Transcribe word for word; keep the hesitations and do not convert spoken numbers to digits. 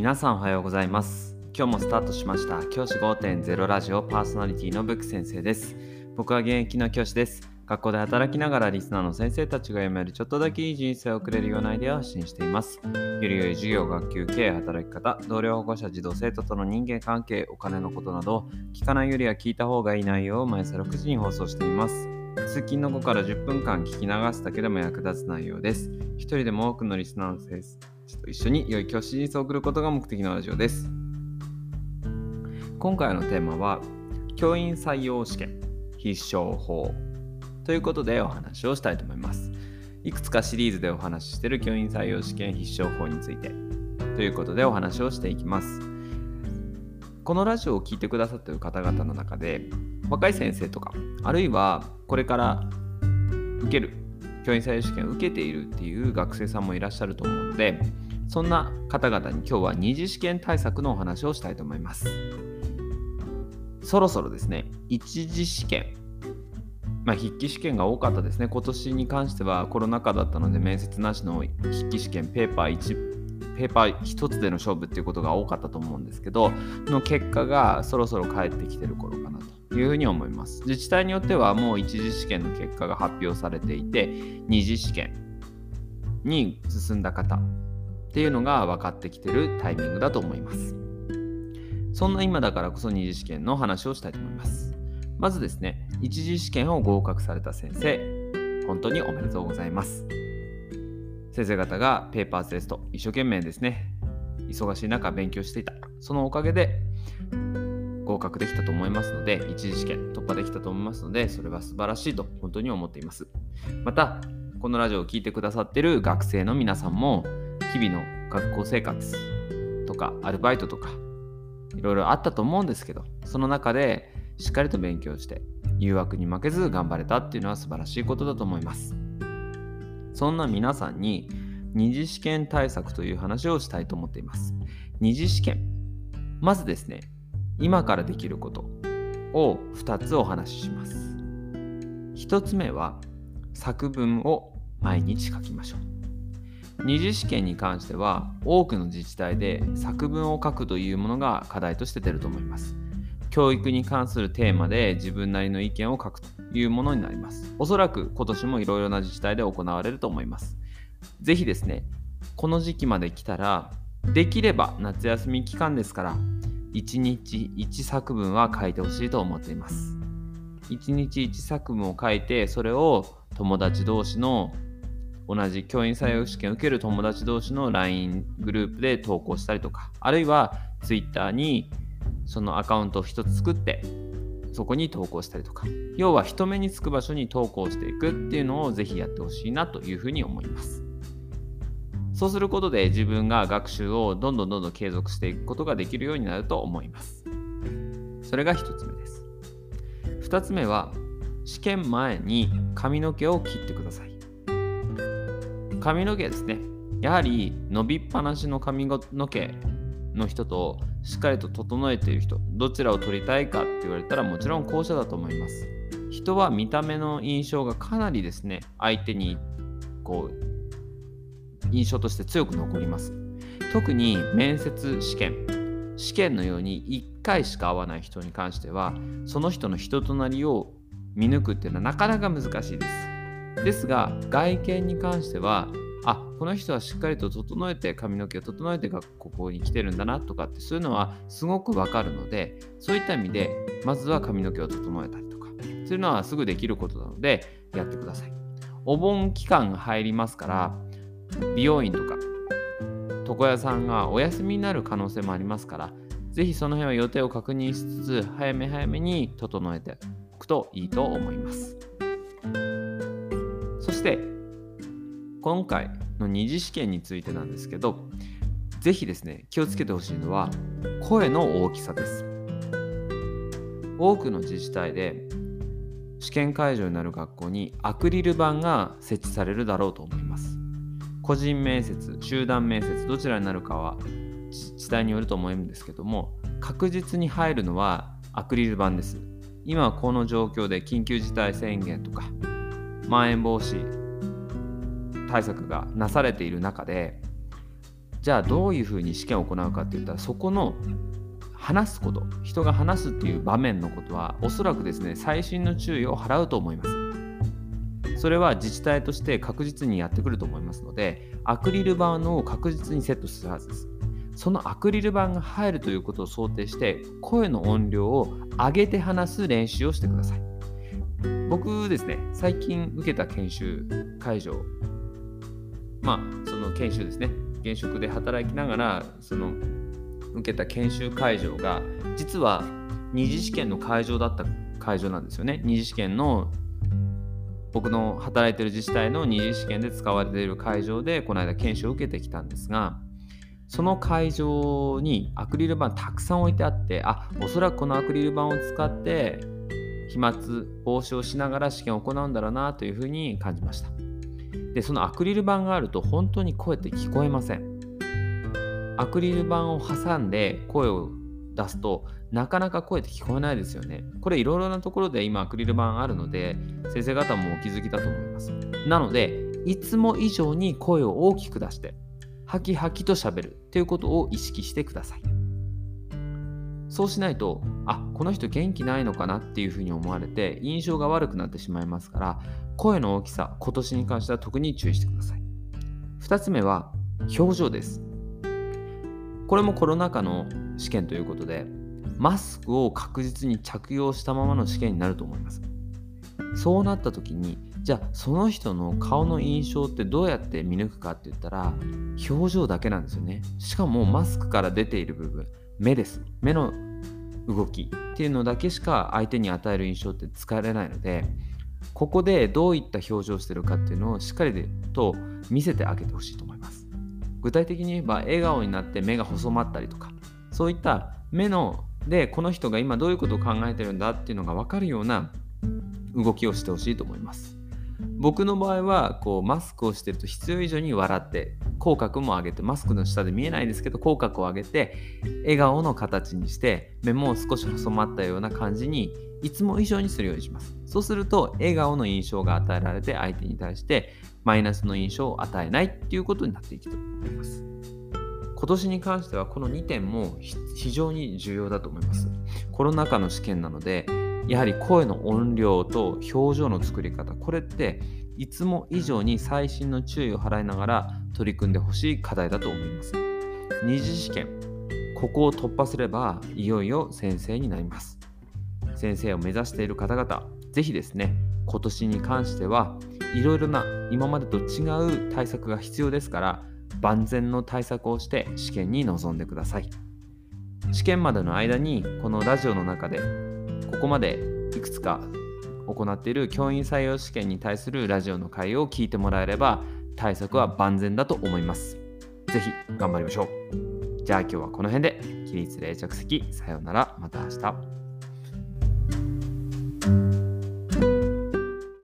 皆さんおはようございます。今日もスタートしました教師 ごてんゼロ ラジオパーソナリティのブック先生です。僕は現役の教師です。学校で働きながらリスナーの先生たちが読めるちょっとだけいい人生を送れるようなアイデアを発信しています。より良い授業、学級経営、働き方、同僚保護者、児童生徒との人間関係、お金のことなど聞かないよりは聞いた方がいい内容を毎朝ろくじに放送しています。通勤の後からじゅっぷんかん聞き流すだけでも役立つ内容です。一人でも多くのリスナーの先生と一緒に良い教師人生を送ることが目的のラジオです。今回のテーマは教員採用試験必勝法ということでお話をしたいと思います。いくつかシリーズでお話ししている教員採用試験必勝法についてということでお話をしていきます。このラジオを聞いてくださっている方々の中で若い先生とかあるいはこれから受ける教員採用試験を受けているっていう学生さんもいらっしゃると思うので、そんな方々に今日は二次試験対策のお話をしたいと思います。そろそろですね、一次試験、まあ、筆記試験が多かったですね。今年に関してはコロナ禍だったので面接なしの筆記試験ペーパーいちペーパー一つでの勝負っていうことが多かったと思うんですけど、の結果がそろそろ返ってきてる頃かなというふうに思います。自治体によってはもう一次試験の結果が発表されていて、二次試験に進んだ方っていうのが分かってきてるタイミングだと思います。そんな今だからこそ二次試験の話をしたいと思います。まずですね、一次試験を合格された先生、本当におめでとうございます。先生方がペーパーテスト一生懸命ですね、忙しい中勉強していた、そのおかげで合格できたと思いますので、一次試験突破できたと思いますので、それは素晴らしいと本当に思っています。またこのラジオを聞いてくださっている学生の皆さんも日々の学校生活とかアルバイトとかいろいろあったと思うんですけど、その中でしっかりと勉強して誘惑に負けず頑張れたっていうのは素晴らしいことだと思います。そんな皆さんに二次試験対策という話をしたいと思っています。二次試験、まずですね、今からできることをふたつお話しします。ひとつめは作文を毎日書きましょう。二次試験に関しては多くの自治体で作文を書くというものが課題として出ると思います。教育に関するテーマで自分なりの意見を書くというものになります。おそらく今年もいろいろな自治体で行われると思います。ぜひですね、この時期まで来たらできれば夏休み期間ですからいちにちいち作文は書いてほしいと思っています。いちにちいち作文を書いて、それを友達同士の同じ教員採用試験を受ける友達同士の ライン グループで投稿したりとか、あるいは Twitter にそのアカウントを一つ作ってそこに投稿したりとか、要は人目につく場所に投稿していくっていうのをぜひやってほしいなというふうに思います。そうすることで自分が学習をどんどんどんどん継続していくことができるようになると思います。それがひとつめです。ふたつめは試験前に髪の毛を切ってください。髪の毛ですね、やはり伸びっぱなしの髪の毛の人としっかりと整えている人、どちらを取りたいかって言われたらもちろん後者だと思います。人は見た目の印象がかなりですね、相手にこう印象として強く残ります。特に面接試験試験のようにいっかいしか会わない人に関しては、その人の人となりを見抜くっていうのはなかなか難しいです。ですが外見に関しては、あ、この人はしっかりと整えて髪の毛を整えてここに来てるんだなとかって、そういうのはすごくわかるので、そういった意味でまずは髪の毛を整えたりとかそういうのはすぐできることなのでやってください。お盆期間が入りますから、美容院とか床屋さんがお休みになる可能性もありますから、ぜひその辺は予定を確認しつつ早め早めに整えておくといいと思います。そして今回の二次試験についてなんですけど、ぜひですね気をつけてほしいのは声の大きさです。多くの自治体で試験会場になる学校にアクリル板が設置されるだろうと思います。個人面接、集団面接、どちらになるかは自治体によると思うんですけども、確実に入るのはアクリル板です。今はこの状況で緊急事態宣言とかまん延防止対策がなされている中で、 じゃあどういうふうに試験を行うかっていったら、そこの話すこと、人が話すっていう場面のことはおそらくですね、細心の注意を払うと思います。それは自治体として確実にやってくると思いますので、アクリル板を確実にセットするはずです。そのアクリル板が入るということを想定して、声の音量を上げて話す練習をしてください。僕ですね、最近受けた研修会場、まあその研修ですね、現職で働きながらその受けた研修会場が実は二次試験の会場だった会場なんですよね。二次試験の僕の働いている自治体の二次試験で使われている会場でこの間研修を受けてきたんですが、その会場にアクリル板たくさん置いてあって、あ、おそらくこのアクリル板を使って飛沫防止をしながら試験を行うんだろうなというふうに感じました。で、そのアクリル板があると本当に声って聞こえません。アクリル板を挟んで声を出すとなかなか声って聞こえないですよね。これいろいろなところで今アクリル板あるので、先生方もお気づきだと思います。なのでいつも以上に声を大きく出してハキハキと喋るということを意識してください。そうしないと、あ、この人元気ないのかなっていうふうに思われて印象が悪くなってしまいますから、声の大きさ、今年に関しては特に注意してください。ふたつめは表情です。これもコロナ禍の試験ということで、マスクを確実に着用したままの試験になると思います。そうなった時に、じゃあその人の顔の印象ってどうやって見抜くかって言ったら、表情だけなんですよね。しかもマスクから出ている部分、目です。目の動きっていうのだけしか相手に与える印象って使えないので、ここでどういった表情をしているかっていうのをしっかりと見せてあげてほしいと思います。具体的に言えば、笑顔になって目が細まったりとか、そういった目のでこの人が今どういうことを考えてるんだっていうのが分かるような動きをしてほしいと思います。僕の場合はこうマスクをしていると必要以上に笑って口角も上げて、マスクの下で見えないですけど口角を上げて笑顔の形にして、目も少し細まったような感じにいつも以上にするようにします。そうすると笑顔の印象が与えられて、相手に対してマイナスの印象を与えないっていうことになっていくと思います。今年に関してはこのにてんも非常に重要だと思います。コロナ禍の試験なので、やはり声の音量と表情の作り方、これっていつも以上に細心の注意を払いながら取り組んでほしい課題だと思います。二次試験、ここを突破すればいよいよ先生になります。先生を目指している方々、ぜひですね、今年に関してはいろいろな今までと違う対策が必要ですから、万全の対策をして試験に臨んでください。試験までの間にこのラジオの中でここまでいくつか行っている教員採用試験に対するラジオの回を聞いてもらえれば対策は万全だと思います。ぜひ頑張りましょう。じゃあ今日はこの辺で。起立例着席、さようなら、また明日。